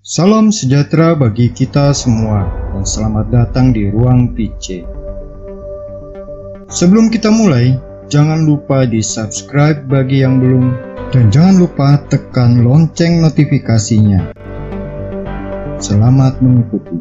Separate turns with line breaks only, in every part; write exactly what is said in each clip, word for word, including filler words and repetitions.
Salam sejahtera bagi kita semua dan selamat datang di Ruang P C. Sebelum kita mulai, jangan lupa di subscribe bagi yang belum dan jangan lupa tekan lonceng notifikasinya. Selamat mengikuti.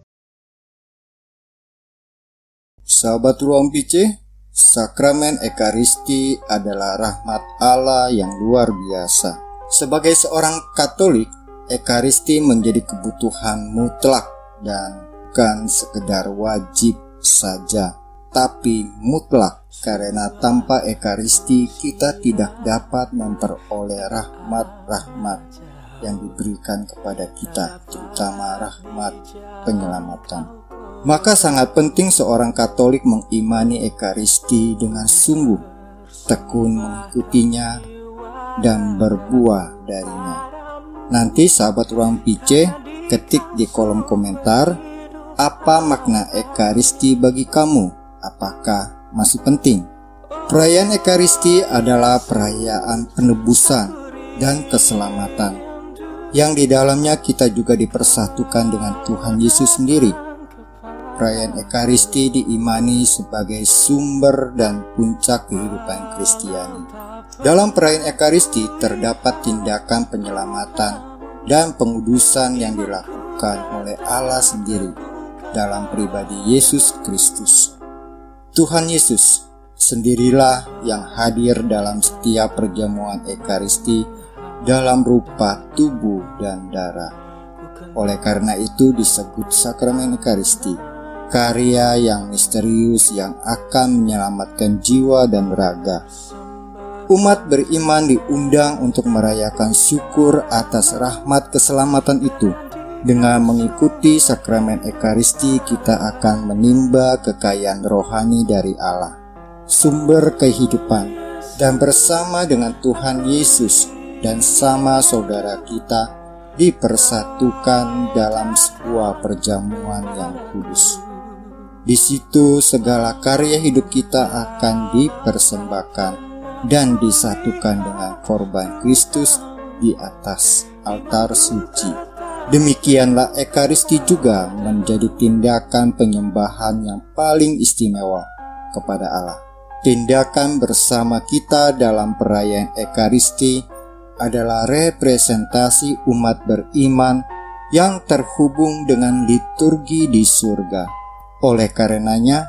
Sahabat Ruang P C, sakramen Ekaristi adalah rahmat Allah yang luar biasa. Sebagai seorang Katolik, Ekaristi menjadi kebutuhan mutlak dan bukan sekedar wajib saja, tapi mutlak, karena tanpa Ekaristi kita tidak dapat memperoleh rahmat-rahmat yang diberikan kepada kita, terutama rahmat penyelamatan. Maka sangat penting seorang Katolik mengimani Ekaristi dengan sungguh, tekun mengikutinya dan berbuah darinya. Nanti sahabat Ruang P C ketik di kolom komentar apa makna Ekaristi bagi kamu. Apakah masih penting? Perayaan Ekaristi adalah perayaan penebusan dan keselamatan yang di dalamnya kita juga dipersatukan dengan Tuhan Yesus sendiri. Perayaan Ekaristi diimani sebagai sumber dan puncak kehidupan Kristiani. Dalam perayaan Ekaristi terdapat tindakan penyelamatan dan pengudusan yang dilakukan oleh Allah sendiri dalam pribadi Yesus Kristus. Tuhan Yesus sendirilah yang hadir dalam setiap perjamuan Ekaristi dalam rupa tubuh dan darah. Oleh karena itu disebut sakramen Ekaristi, karya yang misterius yang akan menyelamatkan jiwa dan raga. Umat beriman diundang untuk merayakan syukur atas rahmat keselamatan itu. Dengan mengikuti sakramen Ekaristi, kita akan menimba kekayaan rohani dari Allah, sumber kehidupan, dan bersama dengan Tuhan Yesus dan sama saudara kita dipersatukan dalam sebuah perjamuan yang kudus. Di situ segala karya hidup kita akan dipersembahkan dan disatukan dengan korban Kristus di atas altar suci. Demikianlah Ekaristi juga menjadi tindakan penyembahan yang paling istimewa kepada Allah. Tindakan bersama kita dalam perayaan Ekaristi adalah representasi umat beriman yang terhubung dengan liturgi di surga. Oleh karenanya,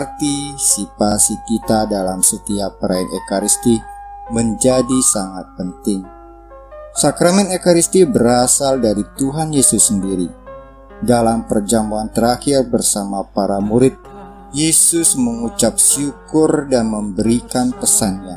partisipasi kita dalam setiap perayaan Ekaristi menjadi sangat penting. Sakramen Ekaristi berasal dari Tuhan Yesus sendiri. Dalam perjamuan terakhir bersama para murid, Yesus mengucap syukur dan memberikan pesannya.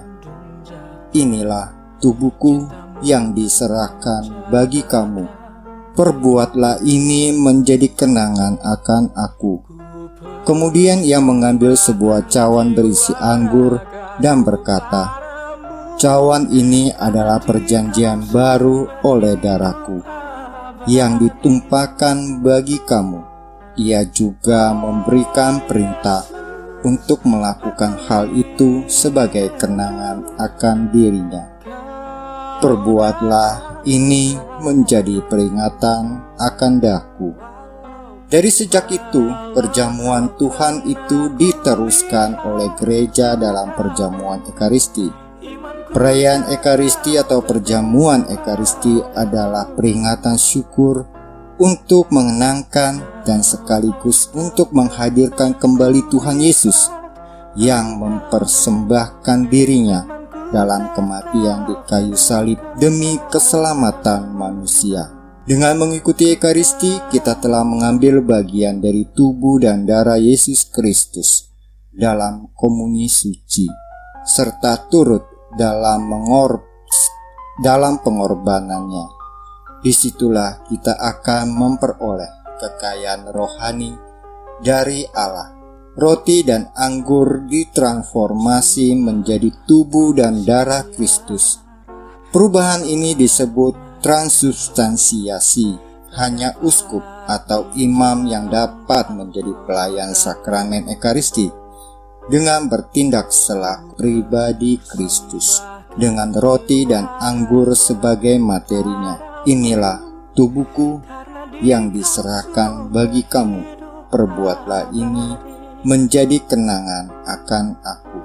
Inilah tubuhku yang diserahkan bagi kamu. Perbuatlah ini menjadi kenangan akan aku. Kemudian ia mengambil sebuah cawan berisi anggur dan berkata, "Cawan ini adalah perjanjian baru oleh darahku, yang ditumpahkan bagi kamu." Ia juga memberikan perintah untuk melakukan hal itu sebagai kenangan akan dirinya. Perbuatlah ini menjadi peringatan akan daku. Dari sejak itu, perjamuan Tuhan itu diteruskan oleh gereja dalam perjamuan Ekaristi. Perayaan Ekaristi atau perjamuan Ekaristi adalah peringatan syukur untuk mengenangkan dan sekaligus untuk menghadirkan kembali Tuhan Yesus yang mempersembahkan dirinya dalam kematian di kayu salib demi keselamatan manusia. Dengan mengikuti Ekaristi, kita telah mengambil bagian dari tubuh dan darah Yesus Kristus dalam komuni suci, serta turut dalam mengor dalam pengorbanannya. Disitulah kita akan memperoleh kekayaan rohani dari Allah. Roti dan anggur ditransformasi menjadi tubuh dan darah Kristus. Perubahan ini disebut transubstansiasi. Hanya uskup atau imam yang dapat menjadi pelayan sakramen Ekaristi dengan bertindak selaku pribadi Kristus dengan roti dan anggur sebagai materinya. Inilah tubuhku yang diserahkan bagi kamu. Perbuatlah ini menjadi kenangan akan aku.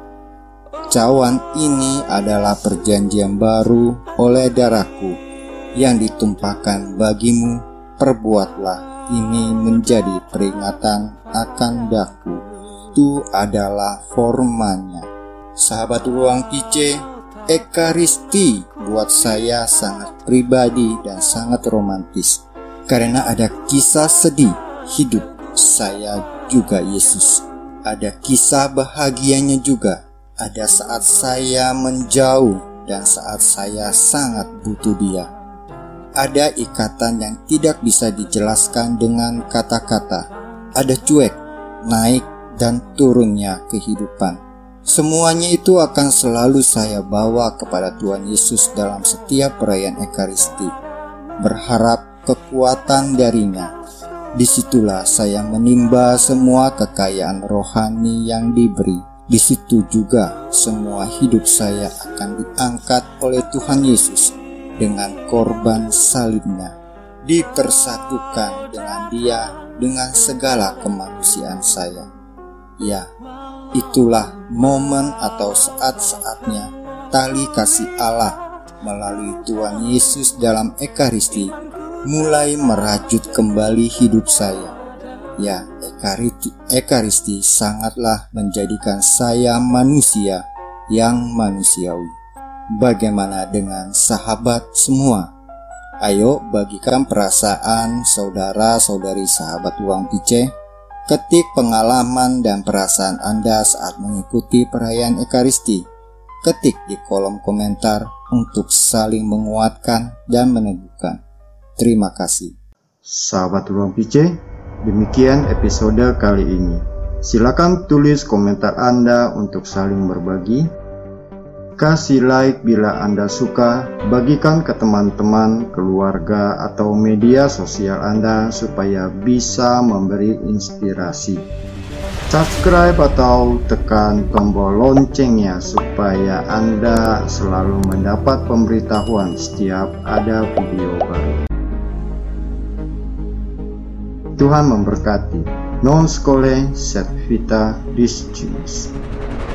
Cawan ini adalah perjanjian baru oleh darahku yang ditumpahkan bagimu. Perbuatlah ini menjadi peringatan akan daku. Itu adalah formanya. Sahabat Ruang P C, Ekaristi buat saya sangat pribadi dan sangat romantis, karena ada kisah sedih hidup saya juga Yesus. Ada kisah bahagianya juga. Ada saat saya menjauh dan saat saya sangat butuh Dia. Ada ikatan yang tidak bisa dijelaskan dengan kata-kata. Ada cuek, naik, dan turunnya kehidupan. Semuanya itu akan selalu saya bawa kepada Tuhan Yesus dalam setiap perayaan Ekaristi, berharap kekuatan darinya. Disitulah saya menimba semua kekayaan rohani yang diberi. Di situ juga semua hidup saya akan diangkat oleh Tuhan Yesus dengan korban salibnya, dipersatukan dengan Dia dengan segala kemanusiaan saya. Ya, itulah momen atau saat-saatnya tali kasih Allah melalui Tuhan Yesus dalam Ekaristi mulai merajut kembali hidup saya. Ya, Ekaristi, Ekaristi sangatlah menjadikan saya manusia yang manusiawi. Bagaimana dengan sahabat semua? Ayo bagikan perasaan saudara-saudari sahabat Ruang P C. Ketik pengalaman dan perasaan Anda saat mengikuti perayaan Ekaristi. Ketik di kolom komentar untuk saling menguatkan dan meneguhkan. Terima kasih.
Sahabat Ruang P C, demikian episode kali ini. Silakan tulis komentar Anda untuk saling berbagi. Kasih like bila Anda suka, bagikan ke teman-teman, keluarga, atau media sosial Anda supaya bisa memberi inspirasi. Subscribe atau tekan tombol loncengnya supaya Anda selalu mendapat pemberitahuan setiap ada video baru. Tuhan memberkati. Non scole sed vita discimus.